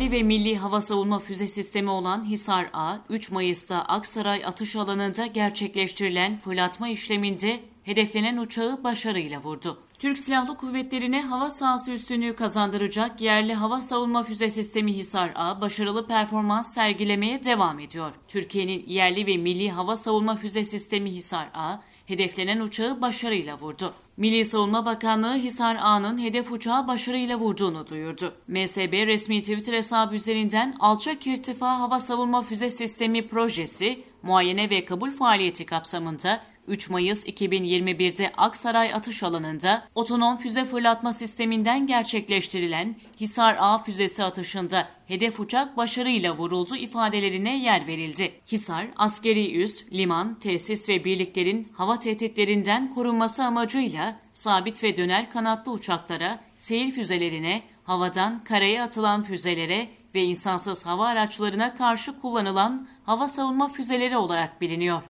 yerli ve milli hava savunma füze sistemi olan Hisar-A, 3 Mayıs'ta Aksaray atış alanında gerçekleştirilen fırlatma işleminde hedeflenen uçağı başarıyla vurdu. Türk Silahlı Kuvvetleri'ne hava sahası üstünlüğü kazandıracak yerli hava savunma füze sistemi Hisar-A başarılı performans sergilemeye devam ediyor. Türkiye'nin yerli ve milli hava savunma füze sistemi Hisar-A, hedeflenen uçağı başarıyla vurdu. Milli Savunma Bakanlığı Hisar-A'nın hedef uçağı başarıyla vurduğunu duyurdu. MSB resmi Twitter hesabı üzerinden alçak irtifa hava savunma füze sistemi projesi, muayene ve kabul faaliyeti kapsamında 3 Mayıs 2021'de Aksaray atış alanında otonom füze fırlatma sisteminden gerçekleştirilen Hisar-A füzesi atışında hedef uçak başarıyla vuruldu ifadelerine yer verildi. Hisar, askeri üs, liman, tesis ve birliklerin hava tehditlerinden korunması amacıyla sabit ve döner kanatlı uçaklara, seyir füzelerine, havadan karaya atılan füzelere ve insansız hava araçlarına karşı kullanılan hava savunma füzeleri olarak biliniyor.